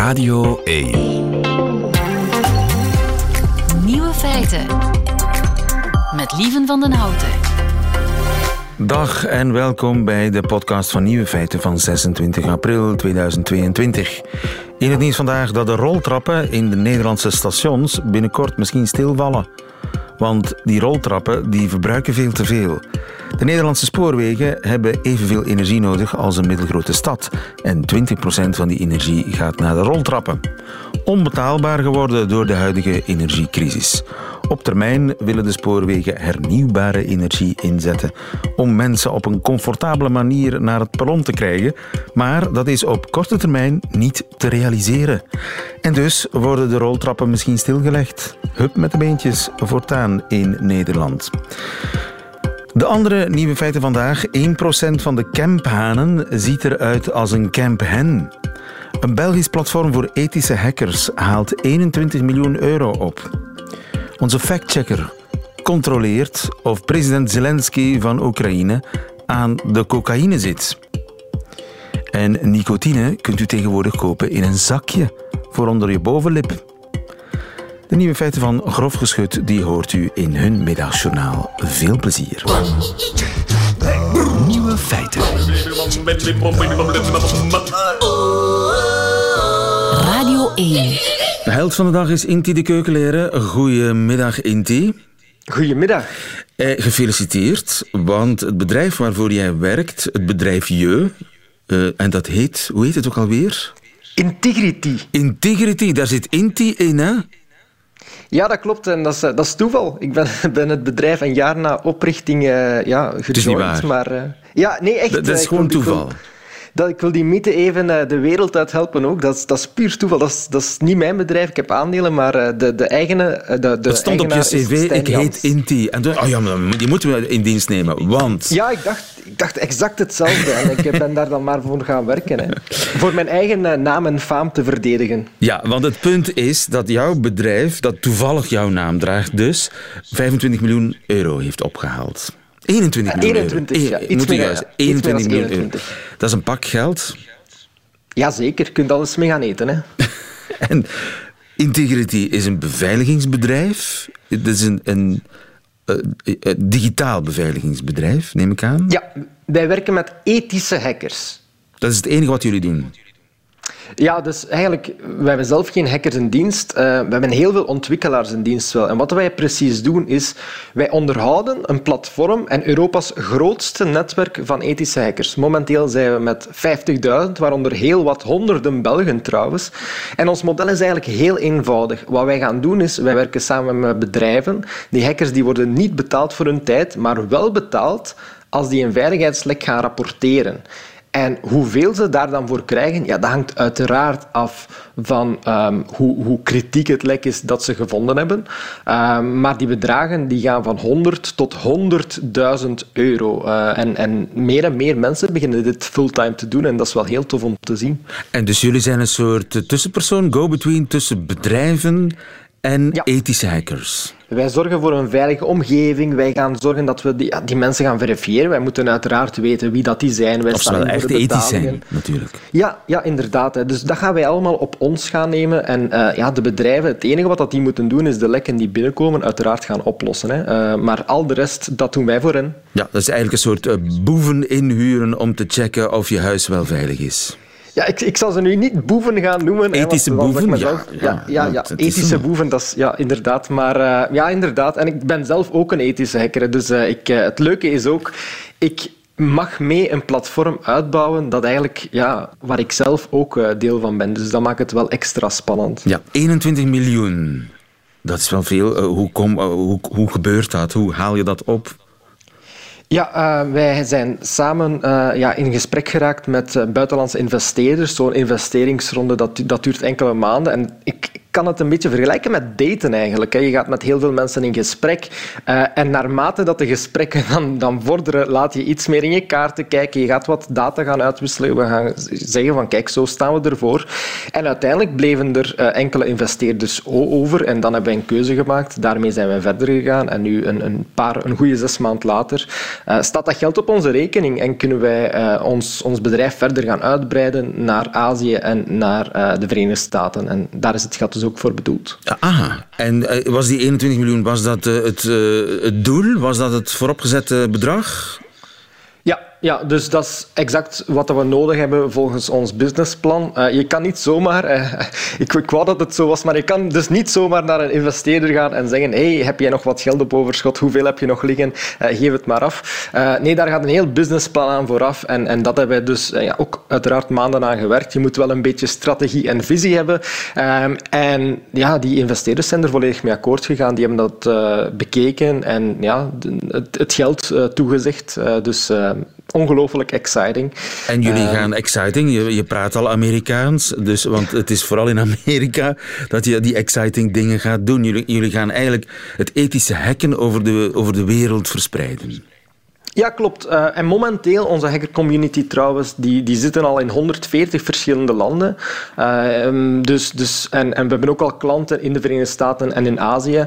Radio 1. Nieuwe feiten. Met Lieven van den Houten. Dag en welkom bij de podcast van Nieuwe Feiten van 26 april 2022. In het nieuws vandaag dat de roltrappen in de Nederlandse stations binnenkort misschien stilvallen. Want die roltrappen die verbruiken veel te veel. De Nederlandse spoorwegen hebben evenveel energie nodig als een middelgrote stad. En 20% van die energie gaat naar de roltrappen. Onbetaalbaar geworden door de huidige energiecrisis. Op termijn willen de spoorwegen hernieuwbare energie inzetten om mensen op een comfortabele manier naar het perron te krijgen. Maar dat is op korte termijn niet te realiseren. En dus worden de roltrappen misschien stilgelegd. Hup met de beentjes voortaan in Nederland. De andere nieuwe feiten vandaag. 1% van de camphanen ziet eruit als een camphen. Een Belgisch platform voor ethische hackers haalt 21 miljoen euro op. Onze factchecker controleert of president Zelensky van Oekraïne aan de cocaïne zit. En nicotine kunt u tegenwoordig kopen in een zakje voor onder je bovenlip. De nieuwe feiten van Grof Geschut die hoort u in hun middagjournaal. Veel plezier. Nieuwe feiten. Radio 1. De held van de dag is Inti de Keukenleraar. Goedemiddag, Inti. Goedemiddag. Gefeliciteerd, want het bedrijf waarvoor jij werkt, het bedrijf Je, en dat heet, hoe heet het ook alweer? Integrity. Integrity, daar zit Inti in, hè? Ja, dat klopt. En dat is toeval. Ik ben het bedrijf een jaar na oprichting gejoind. Het is niet waar. Maar, ja, nee, echt. Dat is gewoon toeval. Ik wil die mythe even de wereld uit helpen ook. Dat is puur toeval. Dat is niet mijn bedrijf. Ik heb aandelen, maar de eigene... Het stond op je cv, ik heet Inti. En toen, die moeten we in dienst nemen, want... Ja, ik dacht exact hetzelfde. En ik ben daar dan maar voor gaan werken. Hè. Voor mijn eigen naam en faam te verdedigen. Ja, want het punt is dat jouw bedrijf, dat toevallig jouw naam draagt, dus 25 miljoen euro heeft opgehaald. 21 miljoen 21, euro. ja. Iets meer, 21 miljoen euro. 21. Dat is een pak geld. Jazeker, je kunt alles mee gaan eten. Hè. En Integrity is een beveiligingsbedrijf. Het is een digitaal beveiligingsbedrijf, neem ik aan. Ja, wij werken met ethische hackers. Dat is het enige wat jullie doen. Ja, dus eigenlijk, wij hebben zelf geen hackers in dienst. We hebben heel veel ontwikkelaars in dienst wel. En wat wij precies doen is, wij onderhouden een platform en Europa's grootste netwerk van ethische hackers. Momenteel zijn we met 50.000, waaronder heel wat honderden Belgen trouwens. En ons model is eigenlijk heel eenvoudig. Wat wij gaan doen is, wij werken samen met bedrijven. Die hackers die worden niet betaald voor hun tijd, maar wel betaald als die een veiligheidslek gaan rapporteren. En hoeveel ze daar dan voor krijgen, ja, dat hangt uiteraard af van hoe kritiek het lek is dat ze gevonden hebben. Maar die bedragen die gaan van 100 tot 100.000 euro. En meer mensen beginnen dit fulltime te doen. En dat is wel heel tof om te zien. En dus jullie zijn een soort tussenpersoon, go-between tussen bedrijven en ethische hackers. Wij zorgen voor een veilige omgeving. Wij gaan zorgen dat we die mensen gaan verifiëren. Wij moeten uiteraard weten wie dat die zijn. Wij of ze wel echt ethisch zijn, natuurlijk. Ja, inderdaad. Dus dat gaan wij allemaal op ons gaan nemen. En de bedrijven, het enige wat die moeten doen, is de lekken die binnenkomen uiteraard gaan oplossen. Hè. Maar al de rest, dat doen wij voor hen. Ja, dat is eigenlijk een soort boeven inhuren om te checken of je huis wel veilig is. Ja, ik zal ze nu niet boeven gaan noemen. Ethische boeven? Ja, ethische boeven, dat is inderdaad. Maar inderdaad. En ik ben zelf ook een ethische hacker. Dus het leuke is ook, ik mag mee een platform uitbouwen dat eigenlijk, waar ik zelf ook deel van ben. Dus dat maakt het wel extra spannend. Ja, 21 miljoen. Dat is wel veel. Hoe gebeurt dat? Hoe haal je dat op? Ja, wij zijn samen in gesprek geraakt met buitenlandse investeerders. Zo'n investeringsronde, dat duurt enkele maanden. En ik kan het een beetje vergelijken met daten eigenlijk. Je gaat met heel veel mensen in gesprek en naarmate dat de gesprekken dan vorderen, laat je iets meer in je kaarten kijken. Je gaat wat data gaan uitwisselen. We gaan zeggen van kijk, zo staan we ervoor. En uiteindelijk bleven er enkele investeerders over en dan hebben we een keuze gemaakt. Daarmee zijn we verder gegaan en nu een goede 6 maanden later staat dat geld op onze rekening en kunnen wij ons bedrijf verder gaan uitbreiden naar Azië en naar de Verenigde Staten. En daar is het geld dus ook voor bedoeld. Aha. En was die 21 miljoen, was dat het doel? Was dat het vooropgezette bedrag? Ja, dus dat is exact wat we nodig hebben volgens ons businessplan. Je kan niet zomaar... Ik wou dat het zo was, maar je kan dus niet zomaar naar een investeerder gaan en zeggen hey, heb jij nog wat geld op overschot? Hoeveel heb je nog liggen? Geef het maar af. Nee, daar gaat een heel businessplan aan vooraf. En dat hebben wij dus ook uiteraard maanden aan gewerkt. Je moet wel een beetje strategie en visie hebben. En ja, die investeerders zijn er volledig mee akkoord gegaan. Die hebben dat bekeken en ja, het geld toegezegd. Dus... ongelooflijk exciting. En jullie gaan exciting, je praat al Amerikaans, dus, want het is vooral in Amerika dat je die exciting dingen gaat doen. Jullie gaan eigenlijk het ethische hacken over de wereld verspreiden. Ja, klopt. En momenteel, onze hackercommunity trouwens, die zitten al in 140 verschillende landen. En we hebben ook al klanten in de Verenigde Staten en in Azië.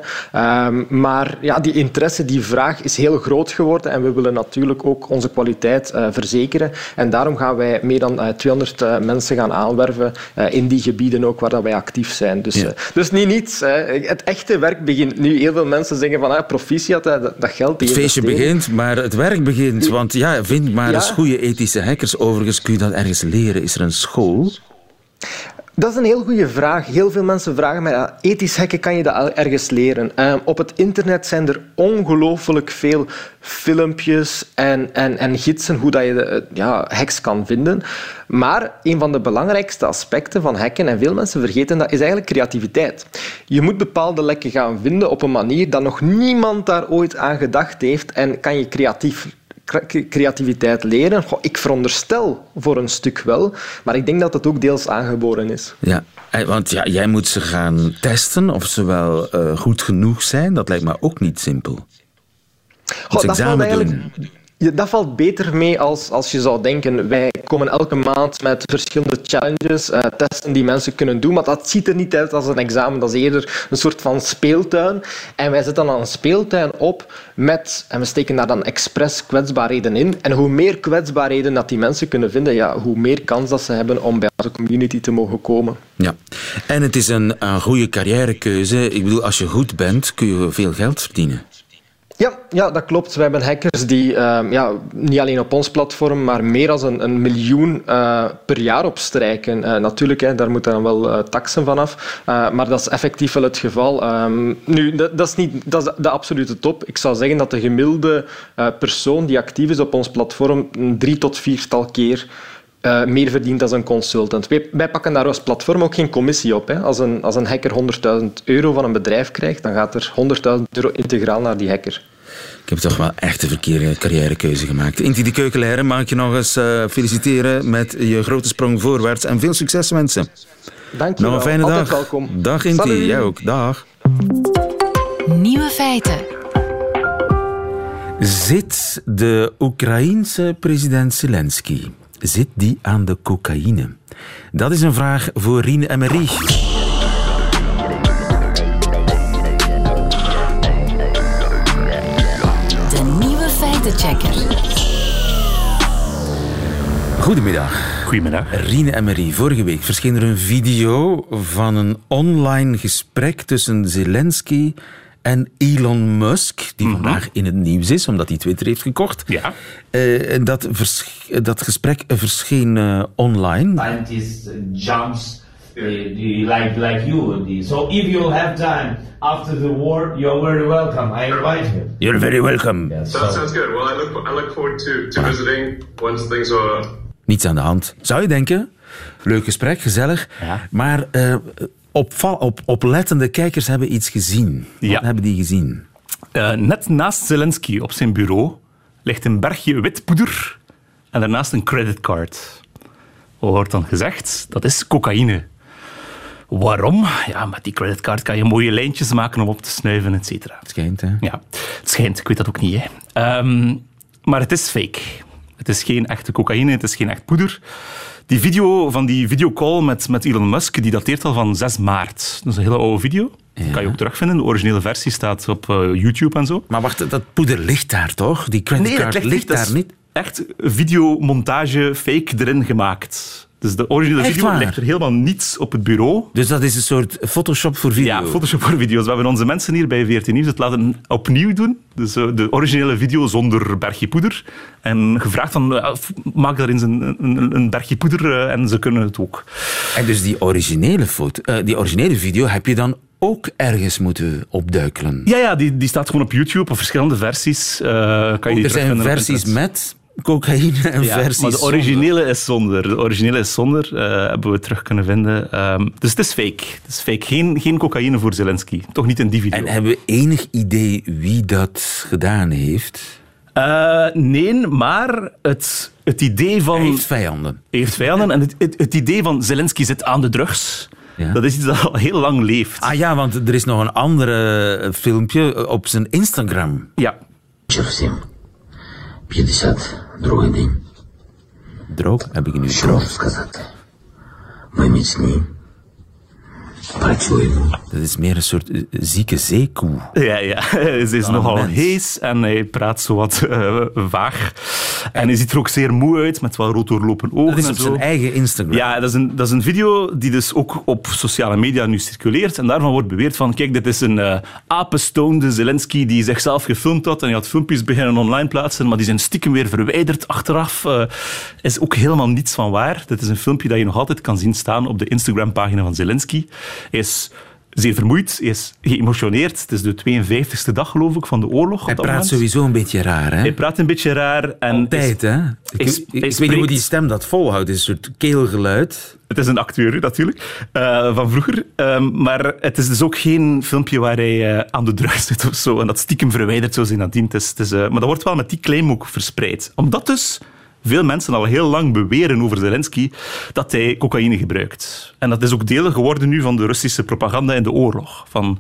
Maar ja, die interesse, die vraag is heel groot geworden en we willen natuurlijk ook onze kwaliteit verzekeren. En daarom gaan wij meer dan 200 mensen gaan aanwerven in die gebieden ook waar dat wij actief zijn. Dus niet niets. Het echte werk begint nu. Heel veel mensen zeggen van proficiat, dat geld... Het feestje begint, maar het werk begint. Want ja, vind maar eens goede ethische hackers. Overigens, kun je dat ergens leren? Is er een school? Dat is een heel goede vraag. Heel veel mensen vragen mij, ethisch hacken, kan je dat ergens leren? Op het internet zijn er ongelooflijk veel filmpjes en gidsen hoe dat je hacks kan vinden. Maar een van de belangrijkste aspecten van hacken, en veel mensen vergeten dat, is eigenlijk creativiteit. Je moet bepaalde lekken gaan vinden op een manier dat nog niemand daar ooit aan gedacht heeft en kan je creativiteit leren. Ik veronderstel voor een stuk wel, maar ik denk dat het ook deels aangeboren is. Ja, want jij moet ze gaan testen of ze wel goed genoeg zijn. Dat lijkt me ook niet simpel. Het examen doen. Dat valt beter mee als je zou denken. Wij komen elke maand met verschillende challenges, testen die mensen kunnen doen, maar dat ziet er niet uit als een examen. Dat is eerder een soort van speeltuin. En wij zetten dan een speeltuin op en we steken daar dan expres kwetsbaarheden in. En hoe meer kwetsbaarheden dat die mensen kunnen vinden, hoe meer kans dat ze hebben om bij onze community te mogen komen. Ja, en het is een goede carrièrekeuze. Ik bedoel, als je goed bent, kun je veel geld verdienen. Ja, dat klopt. We hebben hackers die niet alleen op ons platform, maar meer dan 1 miljoen per jaar opstrijken. Natuurlijk, daar moeten dan wel taxen vanaf. Maar dat is effectief wel het geval. Dat is de absolute top. Ik zou zeggen dat de gemiddelde persoon die actief is op ons platform 3 tot 4-tal keer meer verdient als een consultant. Wij pakken daar als platform ook geen commissie op. Hè. Als een hacker €100.000 van een bedrijf krijgt, dan gaat er €100.000 integraal naar die hacker. Ik heb toch wel echt de verkeerde carrièrekeuze gemaakt. Inti de Keukenleijer, mag ik je nog eens feliciteren met je grote sprong voorwaarts en veel succes wensen. Dank je wel. Nog een fijne Altijd dag. welkom. Dag Inti, jij ook. Dag. Nieuwe feiten. Zit de Oekraïense president Zelensky? Zit die aan de cocaïne? Dat is een vraag voor Rien Emery. De nieuwe feitenchecker. Goedemiddag. Goedemiddag. Rien Emery, vorige week verscheen er een video van een online gesprek tussen Zelensky en Elon Musk, die vandaag in het nieuws is, omdat hij Twitter heeft gekocht. Ja. Dat gesprek verscheen online. Scientists, jumps, like you. So if you have time after the war, you're very welcome. I invite you. You're very welcome. Yeah, So that sounds good. Well, I look forward to visiting once things are... Niets aan de hand. Zou je denken? Leuk gesprek, gezellig. Ja. Maar oplettende kijkers hebben iets gezien. Wat hebben die gezien? Net naast Zelensky op zijn bureau ligt een bergje wit poeder en daarnaast een creditcard. Wat wordt dan gezegd? Dat is cocaïne. Waarom? Ja, met die creditcard kan je mooie lijntjes maken om op te snuiven, et cetera. Het schijnt, hè? Ja, het schijnt. Ik weet dat ook niet, hè. Maar het is fake. Het is geen echte cocaïne, het is geen echt poeder. Die video van die videocall met Elon Musk, die dateert al van 6 maart. Dat is een hele oude video. Dat kan je ook terugvinden. De originele versie staat op YouTube en zo. Maar wacht, dat poeder ligt daar toch? Die creditcard ligt daar niet? Echt videomontage fake erin gemaakt. Dus de originele video ligt er helemaal niets op het bureau. Dus dat is een soort Photoshop voor video? Ja, Photoshop voor video's. We hebben onze mensen hier bij VRT Nieuws het laten opnieuw doen. Dus de originele video zonder bergje poeder. En gevraagd van, maak daar eens een bergje poeder en ze kunnen het ook. En dus die originele video heb je dan ook ergens moeten opduikelen? Ja, die staat gewoon op YouTube, op verschillende versies. Kan je er zijn versies met cocaïne en versies maar de originele is zonder. De originele is zonder, hebben we terug kunnen vinden. Dus het is fake. Het is fake. Geen cocaïne voor Zelensky. Toch niet in die video. En hebben we enig idee wie dat gedaan heeft? Nee, maar het idee van... Hij heeft vijanden. Hij heeft vijanden. En het idee van Zelensky zit aan de drugs... Ja. Dat is iets dat al heel lang leeft. Ah ja, want er is nog een andere filmpje op zijn Instagram. Ja. Всем. 52-й день. Droog? Heb ik nu Що droog? можу сказати? Ми міцні. Працюємо. Dat is meer een soort zieke zeekoe. Ja. Ze is nogal hees en hij praat zo wat vaag. En hij ziet er ook zeer moe uit, met wel rood doorlopen ogen. Dat is op zijn eigen Instagram. Ja, dat is een video die dus ook op sociale media nu circuleert. En daarvan wordt beweerd van, kijk, dit is een apenstoonde Zelensky die zichzelf gefilmd had. En hij had filmpjes beginnen online plaatsen, maar die zijn stiekem weer verwijderd achteraf. Is ook helemaal niets van waar. Dit is een filmpje dat je nog altijd kan zien staan op de Instagram-pagina van Zelensky. Hij is zeer vermoeid, hij is geëmotioneerd. Het is de 52e dag, geloof ik, van de oorlog. Hij praat sowieso een beetje raar, hè? Hij praat een beetje raar. En altijd, hè? Ik weet niet hoe die stem dat volhoudt. Het is een soort keelgeluid. Het is een acteur, natuurlijk, van vroeger. Maar het is dus ook geen filmpje waar hij aan de drugs zit of zo. En dat stiekem verwijderd zou zijn nadien. Maar dat wordt wel met die claim ook verspreid. Omdat dus veel mensen al heel lang beweren over Zelensky dat hij cocaïne gebruikt. En dat is ook deel geworden nu van de Russische propaganda in de oorlog. Van,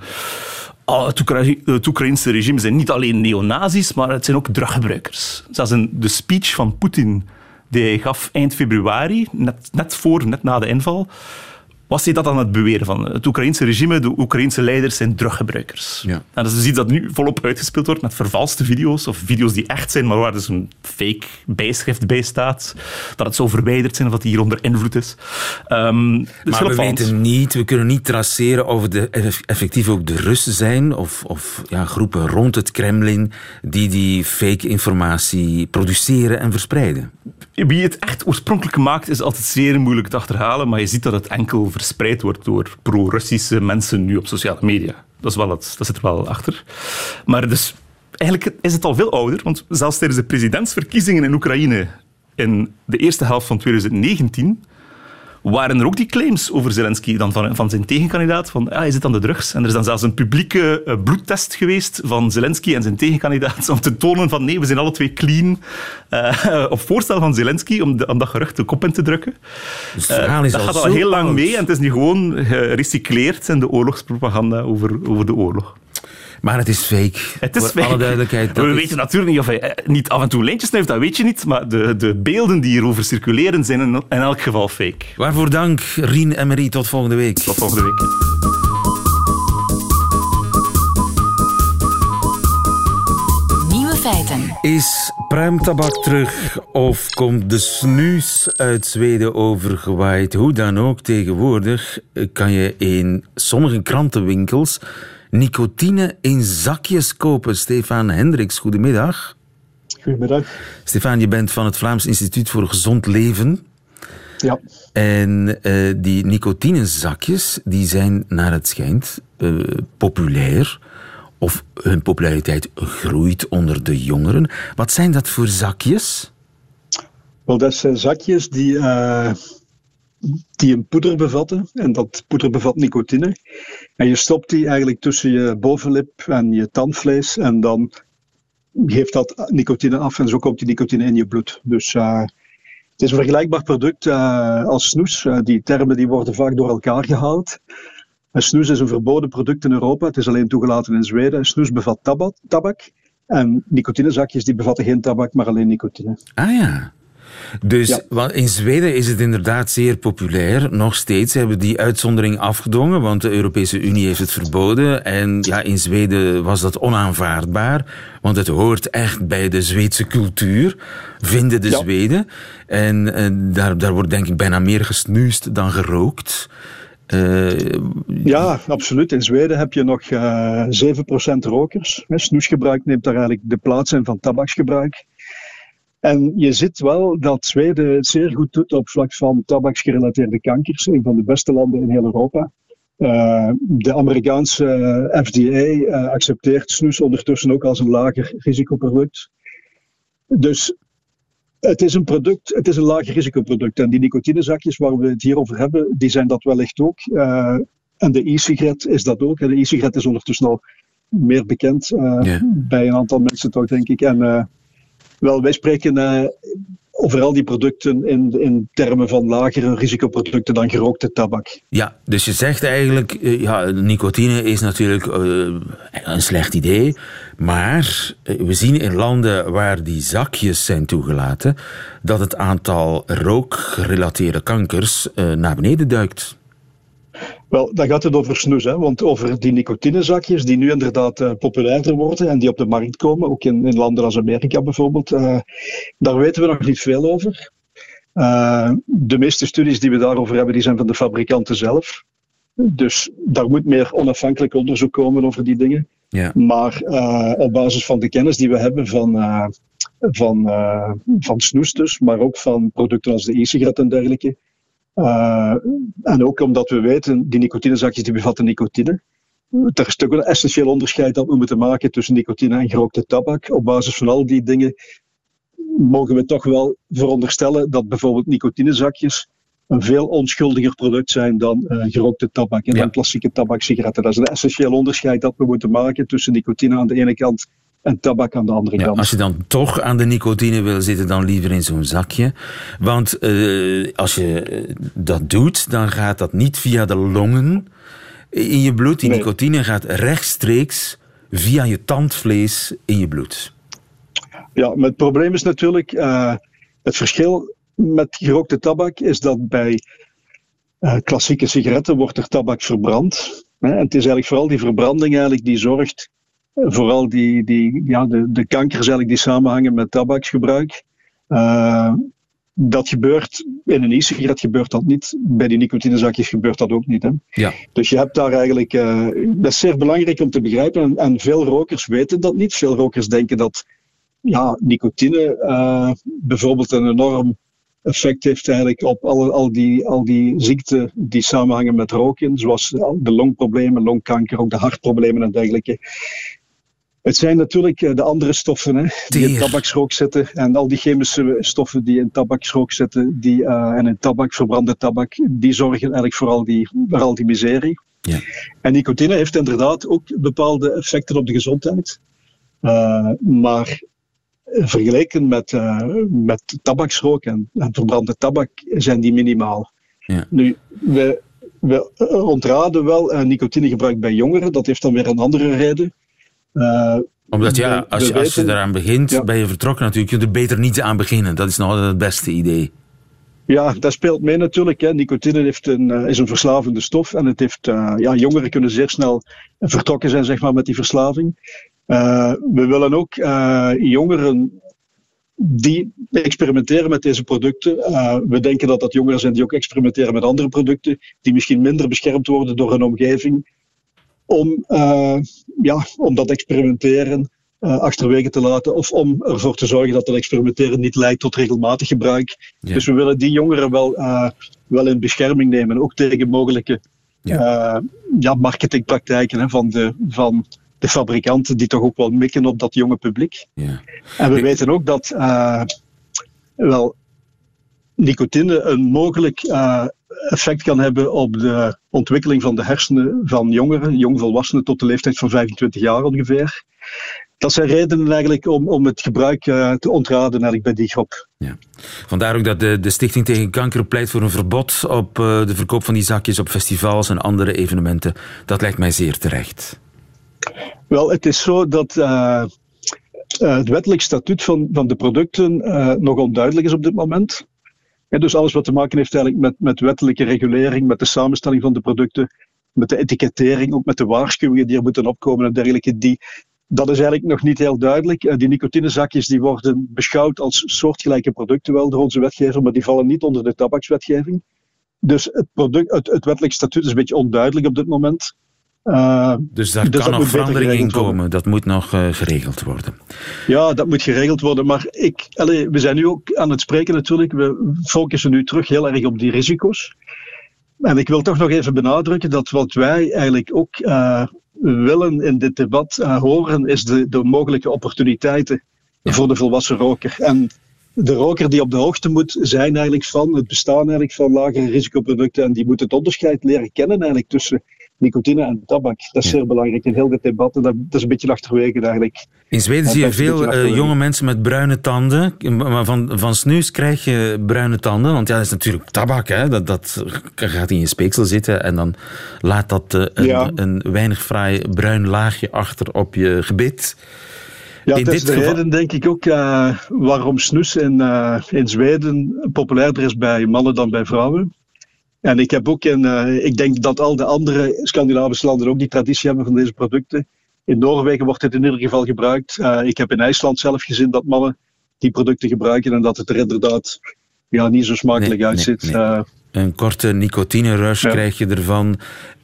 het Oekraïnse regime zijn niet alleen neonazis, maar het zijn ook druggebruikers. Zelfs in de speech van Poetin die hij gaf eind februari, net na de inval, was hij dat aan het beweren van het Oekraïnse regime, de Oekraïnse leiders zijn druggebruikers. Ja. En dat is dus iets dat nu volop uitgespeeld wordt met vervalste video's, of video's die echt zijn, maar waar dus een fake bijschrift bij staat, dat het zo verwijderd zijn of dat hij hier onder invloed is. Maar we weten niet, we kunnen niet traceren of het effectief ook de Russen zijn, of groepen rond het Kremlin die fake informatie produceren en verspreiden. Wie het echt oorspronkelijk maakt, is altijd zeer moeilijk te achterhalen, maar je ziet dat het enkel verspreid wordt door pro-Russische mensen nu op sociale media. Dat zit er wel achter. Maar dus, eigenlijk is het al veel ouder, want zelfs tijdens de presidentsverkiezingen in Oekraïne in de eerste helft van 2019 waren er ook die claims over Zelensky dan van zijn tegenkandidaat, van hij zit aan de drugs. En er is dan zelfs een publieke bloedtest geweest van Zelensky en zijn tegenkandidaat om te tonen van nee, we zijn alle twee clean. Op voorstel van Zelensky om dat gerucht de kop in te drukken. Dus het verhaal is dat gaat al heel lang mee en het is nu gewoon gerecycleerd in de oorlogspropaganda over de oorlog. Maar het is fake. Het is voor fake. Alle duidelijkheid. We weten natuurlijk niet of hij niet af en toe lijntjes snuift, dat weet je niet. Maar de beelden die hierover circuleren zijn in elk geval fake. Waarvoor dank, Rien en Marie. Tot volgende week. Tot volgende week. Nieuwe feiten. Is pruimtabak terug of komt de snoes uit Zweden overgewaaid? Hoe dan ook, tegenwoordig kan je in sommige krantenwinkels nicotine in zakjes kopen. Stefan Hendricks, goedemiddag. Goedemiddag. Stefan, je bent van het Vlaams Instituut voor Gezond Leven. Ja. En die nicotinezakjes die zijn naar het schijnt populair. Of hun populariteit groeit onder de jongeren. Wat zijn dat voor zakjes? Wel, dat zijn zakjes die een poeder bevatten. En dat poeder bevat nicotine. En je stopt die eigenlijk tussen je bovenlip en je tandvlees. En dan geeft dat nicotine af en zo komt die nicotine in je bloed. Dus Het is een vergelijkbaar product als snoes. Die termen die worden vaak door elkaar gehaald. Snoes is een verboden product in Europa. Het is alleen toegelaten in Zweden. Snoes bevat tabak. En nicotinezakjes die bevatten geen tabak, maar alleen nicotine. Ah ja. Dus want in Zweden is het inderdaad zeer populair. Nog steeds hebben die uitzondering afgedwongen, want de Europese Unie heeft het verboden. En ja, in Zweden was dat onaanvaardbaar, want het hoort echt bij de Zweedse cultuur, vinden de Zweden. En daar wordt denk ik bijna meer gesnoest dan gerookt. Ja, absoluut. In Zweden heb je nog 7% rokers. Snoesgebruik neemt daar eigenlijk de plaats in van tabaksgebruik. En je ziet wel dat Zweden het zeer goed doet op vlak van tabaksgerelateerde kankers. Een van de beste landen in heel Europa. De Amerikaanse FDA accepteert snoes ondertussen ook als een lager risicoproduct. Dus het is een lager risicoproduct. En die nicotinezakjes waar we het hier over hebben, die zijn dat wellicht ook. En de e-sigaret is dat ook. En de e-sigaret is ondertussen al meer bekend bij een aantal mensen toch, denk ik. En wel, wij spreken over al die producten in termen van lagere risicoproducten dan gerookte tabak. Ja, dus je zegt eigenlijk, nicotine is natuurlijk een slecht idee, maar we zien in landen waar die zakjes zijn toegelaten, dat het aantal rookgerelateerde kankers naar beneden duikt. Wel, dan gaat het over snoes, hè? Want over die nicotinezakjes die nu inderdaad populairder worden en die op de markt komen, ook in landen als Amerika bijvoorbeeld, daar weten we nog niet veel over. De meeste studies die we daarover hebben, die zijn van de fabrikanten zelf. Dus daar moet meer onafhankelijk onderzoek komen over die dingen. Ja. Maar op basis van de kennis die we hebben van snoes dus, maar ook van producten als de e-sigaret en dergelijke, en ook omdat we weten, die nicotinezakjes die bevatten nicotine. Er is toch een essentieel onderscheid dat we moeten maken tussen nicotine en gerookte tabak. Op basis van al die dingen mogen we toch wel veronderstellen dat bijvoorbeeld nicotinezakjes een veel onschuldiger product zijn dan gerookte tabak en dan klassieke tabaksigaretten. Dat is een essentieel onderscheid dat we moeten maken tussen nicotine aan de ene kant en tabak aan de andere kant. Als je dan toch aan de nicotine wil zitten, dan liever in zo'n zakje. Want als je dat doet, dan gaat dat niet via de longen in je bloed. Die nicotine gaat rechtstreeks via je tandvlees in je bloed. Ja, maar het probleem is natuurlijk, het verschil met gerookte tabak is dat bij klassieke sigaretten wordt er tabak verbrand. En het is eigenlijk vooral die verbranding eigenlijk die zorgt vooral de kankers eigenlijk die samenhangen met tabaksgebruik. Dat gebeurt in een e-sigaret gebeurt dat niet. Bij die nicotinezakjes gebeurt dat ook niet. Hè? Ja. Dus je hebt daar eigenlijk... dat is zeer belangrijk om te begrijpen. En veel rokers weten dat niet. Veel rokers denken dat nicotine bijvoorbeeld een enorm effect heeft eigenlijk op al die ziekten die samenhangen met roken. Zoals de longproblemen, longkanker, ook de hartproblemen en dergelijke. Het zijn natuurlijk de andere stoffen die in tabaksrook zitten en al die chemische stoffen die in tabaksrook zitten en in tabak, verbrande tabak, die zorgen eigenlijk voor al die miserie. Ja. En nicotine heeft inderdaad ook bepaalde effecten op de gezondheid. Maar vergeleken met tabaksrook en verbrande tabak zijn die minimaal. Ja. Nu, we ontraden wel nicotinegebruik bij jongeren, dat heeft dan weer een andere reden. Omdat als je eraan begint, ben je vertrokken natuurlijk. Je kunt er beter niet aan beginnen. Dat is nog altijd het beste idee. Ja, dat speelt mee natuurlijk. Hè. Nicotine is een verslavende stof. En het heeft, jongeren kunnen zeer snel vertrokken zijn zeg maar, met die verslaving. We willen ook jongeren die experimenteren met deze producten. We denken dat jongeren zijn die ook experimenteren met andere producten. Die misschien minder beschermd worden door hun omgeving. Om dat experimenteren achterwege te laten of om ervoor te zorgen dat dat experimenteren niet leidt tot regelmatig gebruik. Ja. Dus we willen die jongeren wel in bescherming nemen, ook tegen mogelijke marketingpraktijken van de fabrikanten die toch ook wel mikken op dat jonge publiek. Ja. En we weten ook dat nicotine een mogelijk effect kan hebben op de ontwikkeling van de hersenen van jongeren, jongvolwassenen tot de leeftijd van 25 jaar ongeveer. dat zijn redenen eigenlijk om het gebruik te ontraden eigenlijk bij die groep. Ja. Vandaar ook dat de Stichting tegen Kanker pleit voor een verbod op de verkoop van die zakjes op festivals en andere evenementen. Dat lijkt mij zeer terecht. Wel, het is zo dat het wettelijk statuut van de producten nog onduidelijk is op dit moment. En dus alles wat te maken heeft eigenlijk met wettelijke regulering, met de samenstelling van de producten, met de etikettering, ook met de waarschuwingen die er moeten opkomen en dergelijke, dat is eigenlijk nog niet heel duidelijk. Die nicotinezakjes die worden beschouwd als soortgelijke producten wel door onze wetgever, maar die vallen niet onder de tabakswetgeving. Dus het wettelijk statuut is een beetje onduidelijk op dit moment. Dus daar kan nog verandering in komen. Dat moet nog geregeld worden. Ja, dat moet geregeld worden. Maar we zijn nu ook aan het spreken natuurlijk. We focussen nu terug heel erg op die risico's. En ik wil toch nog even benadrukken dat wat wij eigenlijk ook willen in dit debat horen, is de mogelijke opportuniteiten voor de volwassen roker. En de roker die op de hoogte moet zijn eigenlijk van het bestaan eigenlijk van lagere risicoproducten. En die moet het onderscheid leren kennen eigenlijk tussen nicotine en tabak. Dat is zeer belangrijk in heel dit debat. En dat is een beetje achterwege eigenlijk. In Zweden zie je veel jonge mensen met bruine tanden. Maar van snus krijg je bruine tanden. Want dat is natuurlijk tabak. Hè? Dat gaat in je speeksel zitten. En dan laat dat een weinig fraai bruin laagje achter op je gebit. Ja, dat is de reden, denk ik ook, waarom snus in Zweden populairder is bij mannen dan bij vrouwen. En ik heb ook ik denk dat al de andere Scandinavische landen ook die traditie hebben van deze producten. In Noorwegen wordt het in ieder geval gebruikt. Ik heb in IJsland zelf gezien dat mannen die producten gebruiken en dat het er inderdaad niet zo smakelijk uitziet. Nee. Een korte nicotine-rush krijg je ervan.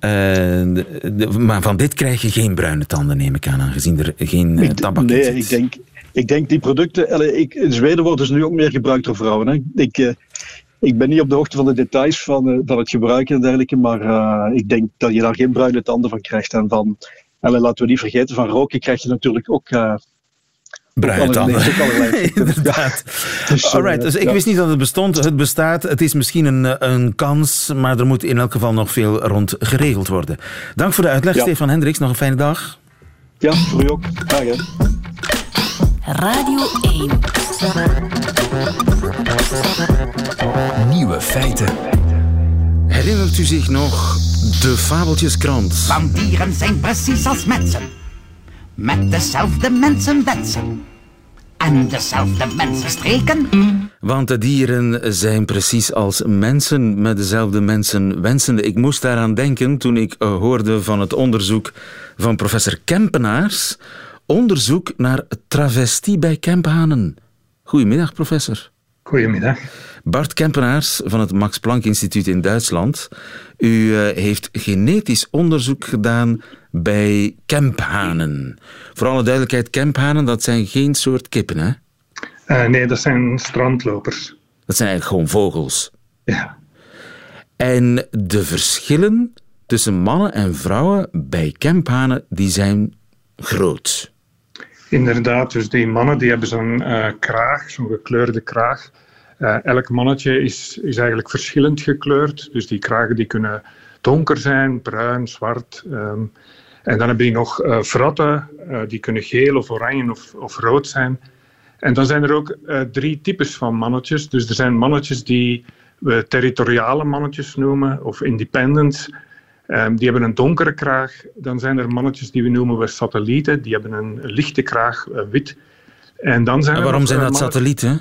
Maar van dit krijg je geen bruine tanden, neem ik aan, aangezien er geen tabak in zit. Nee, ik denk die producten... in Zweden worden ze nu ook meer gebruikt door vrouwen. Hè. Ik ben niet op de hoogte van de details van het gebruiken en dergelijke, maar ik denk dat je daar geen bruine tanden van krijgt. En laten we niet vergeten, van roken krijg je natuurlijk ook... bruine tanden. Inderdaad. Dus ik wist niet dat het bestond. Het bestaat. Het is misschien een kans, maar er moet in elk geval nog veel rond geregeld worden. Dank voor de uitleg, Stefan Hendricks. Nog een fijne dag. Ja, voor u ook. Dag, hè. Radio 1. Nieuwe feiten. Herinnert u zich nog de Fabeltjeskrant? Want dieren zijn precies als mensen. Met dezelfde mensenwensen. En dezelfde mensenstreken. Want de dieren zijn precies als mensen met dezelfde mensenwensen. Ik moest daaraan denken toen ik hoorde van het onderzoek van professor Kempenaars. Onderzoek naar travestie bij kemphanen. Goedemiddag, professor. Goedemiddag. Bart Kempenaars van het Max Planck Instituut in Duitsland. U heeft genetisch onderzoek gedaan bij kemphanen. Voor alle duidelijkheid, kemphanen, dat zijn geen soort kippen, hè? Nee, dat zijn strandlopers. Dat zijn eigenlijk gewoon vogels. Ja. En de verschillen tussen mannen en vrouwen bij kemphanen, die zijn groot. Inderdaad, dus die mannen die hebben zo'n kraag, zo'n gekleurde kraag. Elk mannetje is eigenlijk verschillend gekleurd. Dus die kragen die kunnen donker zijn, bruin, zwart. En dan hebben die nog vratten, die kunnen geel of oranje of rood zijn. En dan zijn er ook 3 types van mannetjes. Dus er zijn mannetjes die we territoriale mannetjes noemen, of independents. Die hebben een donkere kraag. Dan zijn er mannetjes die we noemen satellieten. Die hebben een lichte kraag, wit. En waarom zijn dat satellieten?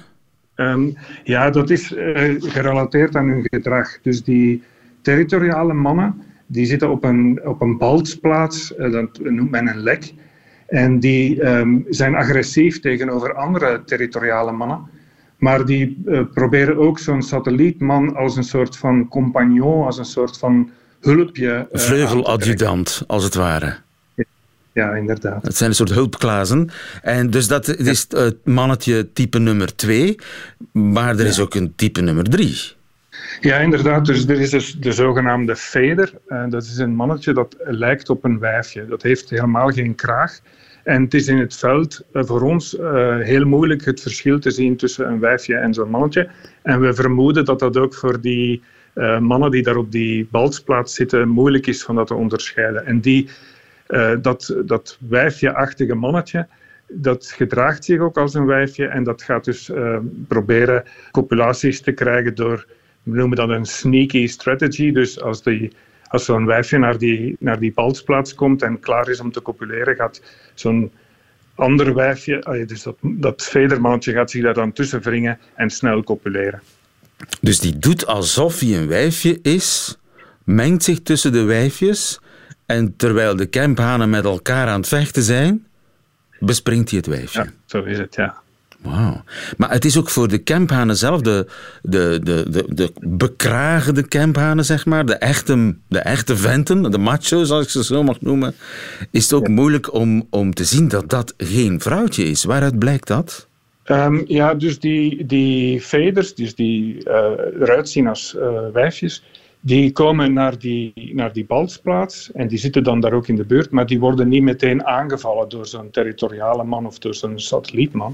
Dat is gerelateerd aan hun gedrag. Dus die territoriale mannen, die zitten op een baltsplaats, dat noemt men een lek. En die zijn agressief tegenover andere territoriale mannen. Maar die proberen ook zo'n satellietman als een soort van compagnon, als een soort van hulpje. Vleugeladjudant, als het ware. Ja, inderdaad. Het zijn een soort hulpklazen. En dus dat is het mannetje type nummer 2. Maar er is ook een type nummer 3. Ja, inderdaad. Dus er is dus de zogenaamde feeder. Dat is een mannetje dat lijkt op een wijfje. Dat heeft helemaal geen kraag. En het is in het veld voor ons heel moeilijk het verschil te zien tussen een wijfje en zo'n mannetje. En we vermoeden dat dat ook voor die mannen die daar op die baltsplaats zitten moeilijk is van dat te onderscheiden. En dat wijfje-achtige mannetje, dat gedraagt zich ook als een wijfje en dat gaat dus proberen copulaties te krijgen door, we noemen dat een sneaky strategy. Dus als zo'n wijfje naar die balsplaats komt en klaar is om te copuleren, gaat zo'n ander wijfje, dus dat vedermannetje gaat zich daar dan tussen wringen en snel copuleren. Dus die doet alsof hij een wijfje is, mengt zich tussen de wijfjes en terwijl de kemphanen met elkaar aan het vechten zijn, bespringt hij het wijfje. Ja, zo is het, ja. Wauw. Maar het is ook voor de kemphanen zelf, de bekragende kemphanen, zeg maar, de echte venten, de macho's, als ik ze zo mag noemen, is het ook moeilijk om te zien dat dat geen vrouwtje is. Waaruit blijkt dat? Dus die veders, dus die eruit zien als wijfjes, die komen naar die balsplaats en die zitten dan daar ook in de buurt, maar die worden niet meteen aangevallen door zo'n territoriale man of door zo'n satellietman.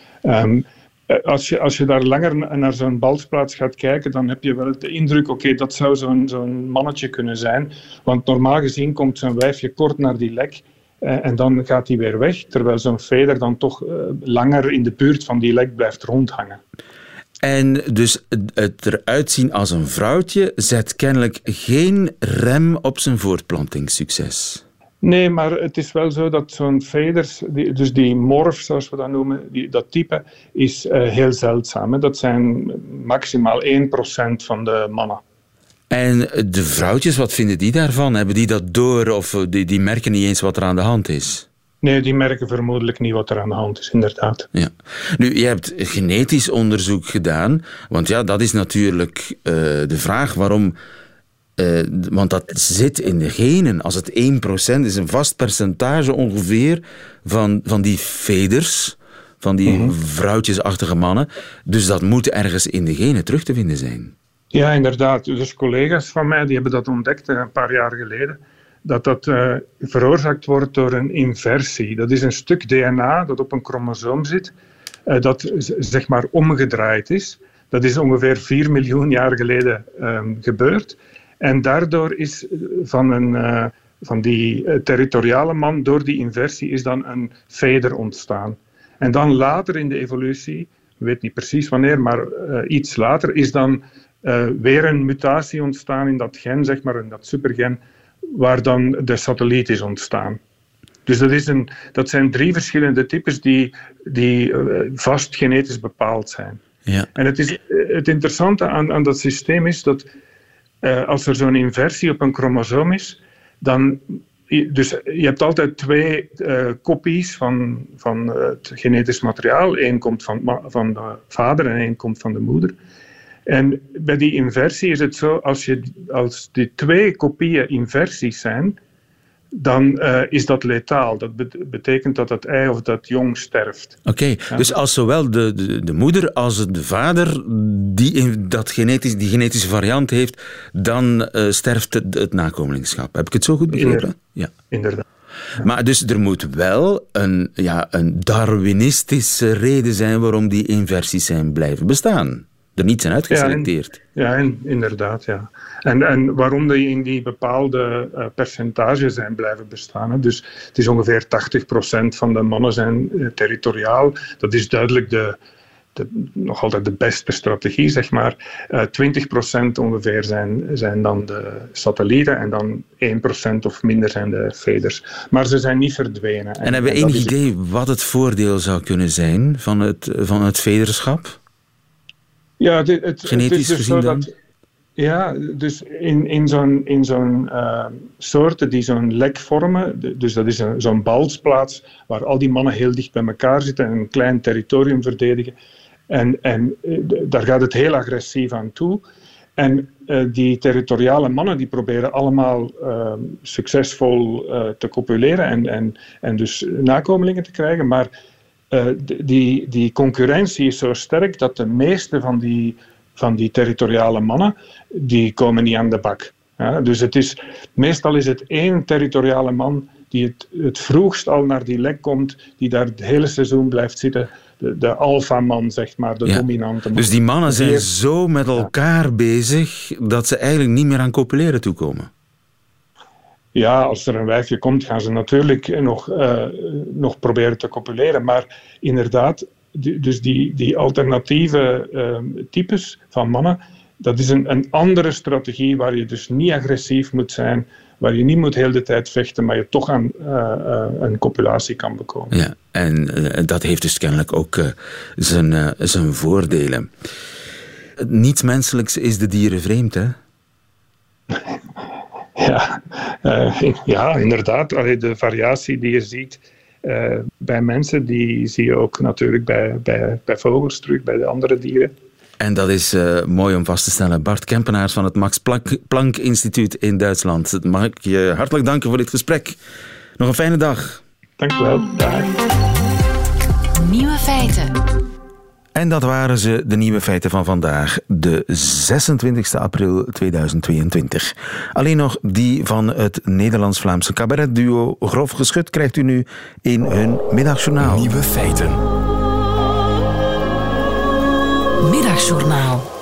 Als je daar langer naar zo'n balsplaats gaat kijken, dan heb je wel de indruk, oké, dat zou zo'n mannetje kunnen zijn, want normaal gezien komt zo'n wijfje kort naar die lek en dan gaat hij weer weg, terwijl zo'n veder dan toch langer in de buurt van die lek blijft rondhangen. En dus het eruit zien als een vrouwtje zet kennelijk geen rem op zijn voortplantingssucces. Nee, maar het is wel zo dat zo'n veders, dus die morf, zoals we dat noemen, dat type, is heel zeldzaam. Hè. Dat zijn maximaal 1% van de mannen. En de vrouwtjes, wat vinden die daarvan? Hebben die dat door of die merken niet eens wat er aan de hand is? Nee, die merken vermoedelijk niet wat er aan de hand is, inderdaad. Ja. Nu, je hebt genetisch onderzoek gedaan, want ja, dat is natuurlijk de vraag waarom... want dat zit in de genen. Als het 1% is, een vast percentage ongeveer van die veders, van die vrouwtjesachtige mannen. Dus dat moet ergens in de genen terug te vinden zijn. Ja, inderdaad. Dus collega's van mij die hebben dat ontdekt een paar jaar geleden. Dat veroorzaakt wordt door een inversie. Dat is een stuk DNA dat op een chromosoom zit, dat zeg maar omgedraaid is. Dat is ongeveer 4 miljoen jaar geleden gebeurd. En daardoor is van die territoriale man, door die inversie, is dan een veder ontstaan. En dan later in de evolutie, ik weet niet precies wanneer, maar iets later, is dan weer een mutatie ontstaan in dat gen, zeg maar, in dat supergen, waar dan de satelliet is ontstaan. Dus dat zijn 3 verschillende types die vast genetisch bepaald zijn. Ja. En het interessante aan dat systeem is dat als er zo'n inversie op een chromosoom is, dus je hebt altijd 2 kopies van het genetisch materiaal. 1 komt van de vader en 1 komt van de moeder. En bij die inversie is het zo, als die 2 kopieën inversies zijn, dan is dat letaal. Dat betekent dat het ei of dat jong sterft. Oké, ja. Dus als zowel de moeder als de vader die genetische variant heeft, dan sterft het nakomelingschap. Heb ik het zo goed begrepen? Ja. Inderdaad. Maar dus er moet wel een Darwinistische reden zijn waarom die inversies zijn blijven bestaan. Er niet zijn uitgeselecteerd. Ja, inderdaad, ja. En waarom die in die bepaalde percentages zijn blijven bestaan. Hè. Dus het is ongeveer 80% van de mannen zijn territoriaal. Dat is duidelijk nog altijd de beste strategie, zeg maar. 20% ongeveer zijn dan de satellieten en dan 1% of minder zijn de veders. Maar ze zijn niet verdwenen. En hebben we enig idee wat het voordeel zou kunnen zijn van het vederschap? Ja, het genetisch is dus gezien zo dan? dat... Ja, dus in zo'n soorten die zo'n lek vormen, dus dat is zo'n balsplaats waar al die mannen heel dicht bij elkaar zitten en een klein territorium verdedigen. En daar gaat het heel agressief aan toe. En die territoriale mannen die proberen allemaal succesvol te copuleren en dus nakomelingen te krijgen, maar die concurrentie is zo sterk dat de meeste van die territoriale mannen, die komen niet aan de bak. Ja, dus meestal is het 1 territoriale man die het vroegst al naar die lek komt, die daar het hele seizoen blijft zitten. De alfaman, zeg maar, de dominante man. Dus die mannen zijn zo met elkaar bezig dat ze eigenlijk niet meer aan copuleren toekomen? Ja, als er een wijfje komt, gaan ze natuurlijk nog proberen te copuleren. Maar inderdaad, dus die alternatieve types van mannen, dat is een andere strategie waar je dus niet agressief moet zijn, waar je niet moet heel de tijd vechten, maar je toch aan een copulatie kan bekomen. Ja, en dat heeft dus kennelijk ook zijn voordelen. Niets menselijks is de dieren vreemd, hè? Ja, inderdaad. Allee, de variatie die je ziet bij mensen, die zie je ook natuurlijk bij vogels terug, bij de andere dieren. En dat is mooi om vast te stellen. Bart Kempenaars van het Max Planck Instituut in Duitsland. Mag ik je hartelijk danken voor dit gesprek. Nog een fijne dag. Dank u wel. Dag. Nieuwe feiten. En dat waren ze, de nieuwe feiten van vandaag, de 26 april 2022. Alleen nog die van het Nederlands-Vlaamse cabaretduo Grof Geschut krijgt u nu in hun middagjournaal. Nieuwe feiten. Middagjournaal.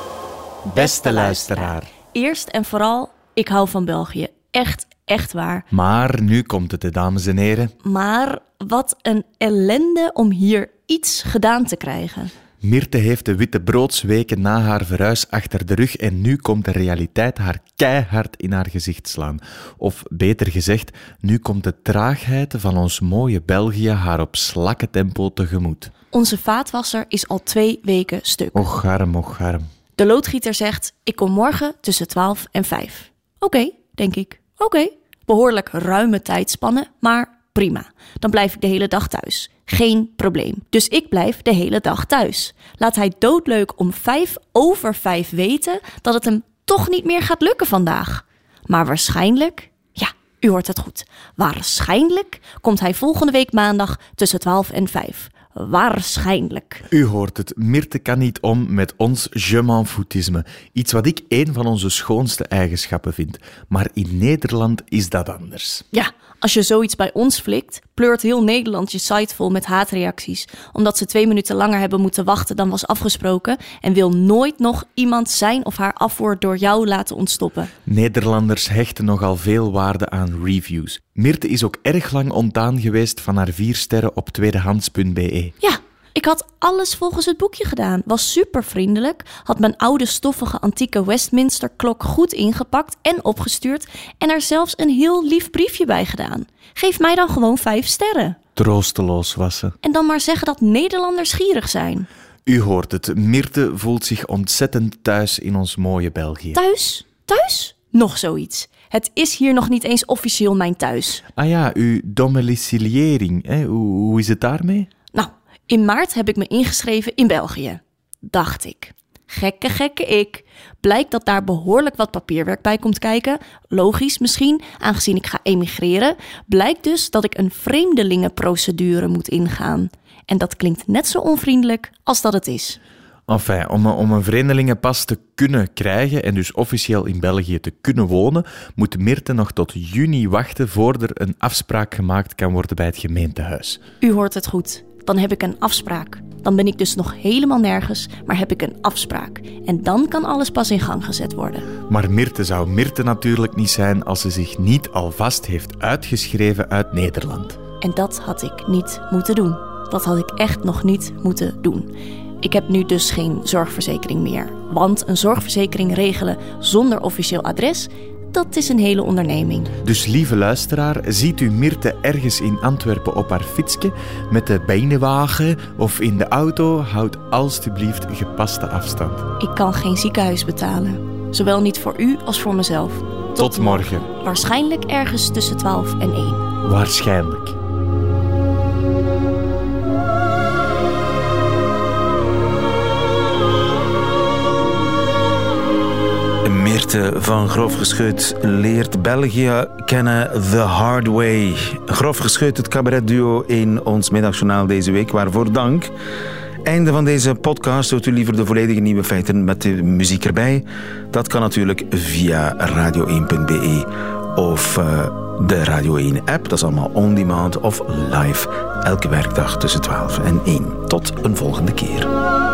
Beste luisteraar. Eerst en vooral, ik hou van België. Echt waar. Maar nu komt het, dames en heren. Maar wat een ellende om hier iets gedaan te krijgen. Mirte heeft de wittebroodsweken na haar verhuis achter de rug en nu komt de realiteit haar keihard in haar gezicht slaan. Of beter gezegd, nu komt de traagheid van ons mooie België haar op slakkentempo tegemoet. Onze vaatwasser is al 2 weken stuk. Och, arm. De loodgieter zegt, ik kom morgen tussen 12 en 5. Oké, denk ik. Oké, behoorlijk ruime tijdspannen, maar prima. Dan blijf ik de hele dag thuis. Geen probleem. Dus ik blijf de hele dag thuis. Laat hij doodleuk om 5:05 weten dat het hem toch niet meer gaat lukken vandaag. Maar waarschijnlijk, ja, u hoort het goed. Waarschijnlijk komt hij volgende week maandag tussen 12 en 5. Waarschijnlijk. U hoort het, Mirte kan niet om met ons je m'en foutisme. Iets wat ik een van onze schoonste eigenschappen vind. Maar in Nederland is dat anders. Ja, als je zoiets bij ons flikt, pleurt heel Nederland je site vol met haatreacties. Omdat ze 2 minuten langer hebben moeten wachten dan was afgesproken en wil nooit nog iemand zijn of haar afwoord door jou laten ontstoppen. Nederlanders hechten nogal veel waarde aan reviews. Mirte is ook erg lang ontdaan geweest van haar 4 sterren op tweedehands.be. Ja, ik had alles volgens het boekje gedaan. Was super vriendelijk, had mijn oude stoffige antieke Westminster klok goed ingepakt en opgestuurd en er zelfs een heel lief briefje bij gedaan. Geef mij dan gewoon 5 sterren. Troosteloos was ze. En dan maar zeggen dat Nederlanders gierig zijn. U hoort het, Mirte voelt zich ontzettend thuis in ons mooie België. Thuis? Thuis? Nog zoiets. Het is hier nog niet eens officieel mijn thuis. Ah ja, uw domiciliëring, hè? Hoe is het daarmee? Nou, in maart heb ik me ingeschreven in België. Dacht ik. Gekke ik. Blijkt dat daar behoorlijk wat papierwerk bij komt kijken. Logisch misschien, aangezien ik ga emigreren. Blijkt dus dat ik een vreemdelingenprocedure moet ingaan. En dat klinkt net zo onvriendelijk als dat het is. Enfin, om een vreemdelingenpas te kunnen krijgen en dus officieel in België te kunnen wonen, moet Mirte nog tot juni wachten voordat er een afspraak gemaakt kan worden bij het gemeentehuis. U hoort het goed. Dan heb ik een afspraak. Dan ben ik dus nog helemaal nergens, maar heb ik een afspraak. En dan kan alles pas in gang gezet worden. Maar Mirte zou Mirte natuurlijk niet zijn als ze zich niet alvast heeft uitgeschreven uit Nederland. En dat had ik niet moeten doen. Dat had ik echt nog niet moeten doen. Ik heb nu dus geen zorgverzekering meer. Want een zorgverzekering regelen zonder officieel adres, dat is een hele onderneming. Dus lieve luisteraar, ziet u Mirte ergens in Antwerpen op haar fietsje met de beenwagen of in de auto, houd alstublieft gepaste afstand. Ik kan geen ziekenhuis betalen. Zowel niet voor u als voor mezelf. Tot morgen. Waarschijnlijk ergens tussen 12 en 1. Waarschijnlijk. Mirte van Grof Geschut leert België kennen the hard way. Grof Geschut, het cabaretduo in ons middagjournaal deze week. Waarvoor dank. Einde van deze podcast. Hoort u liever de volledige nieuwe feiten met de muziek erbij? Dat kan natuurlijk via radio1.be of de Radio 1 app. Dat is allemaal on demand of live elke werkdag tussen 12 en 1. Tot een volgende keer.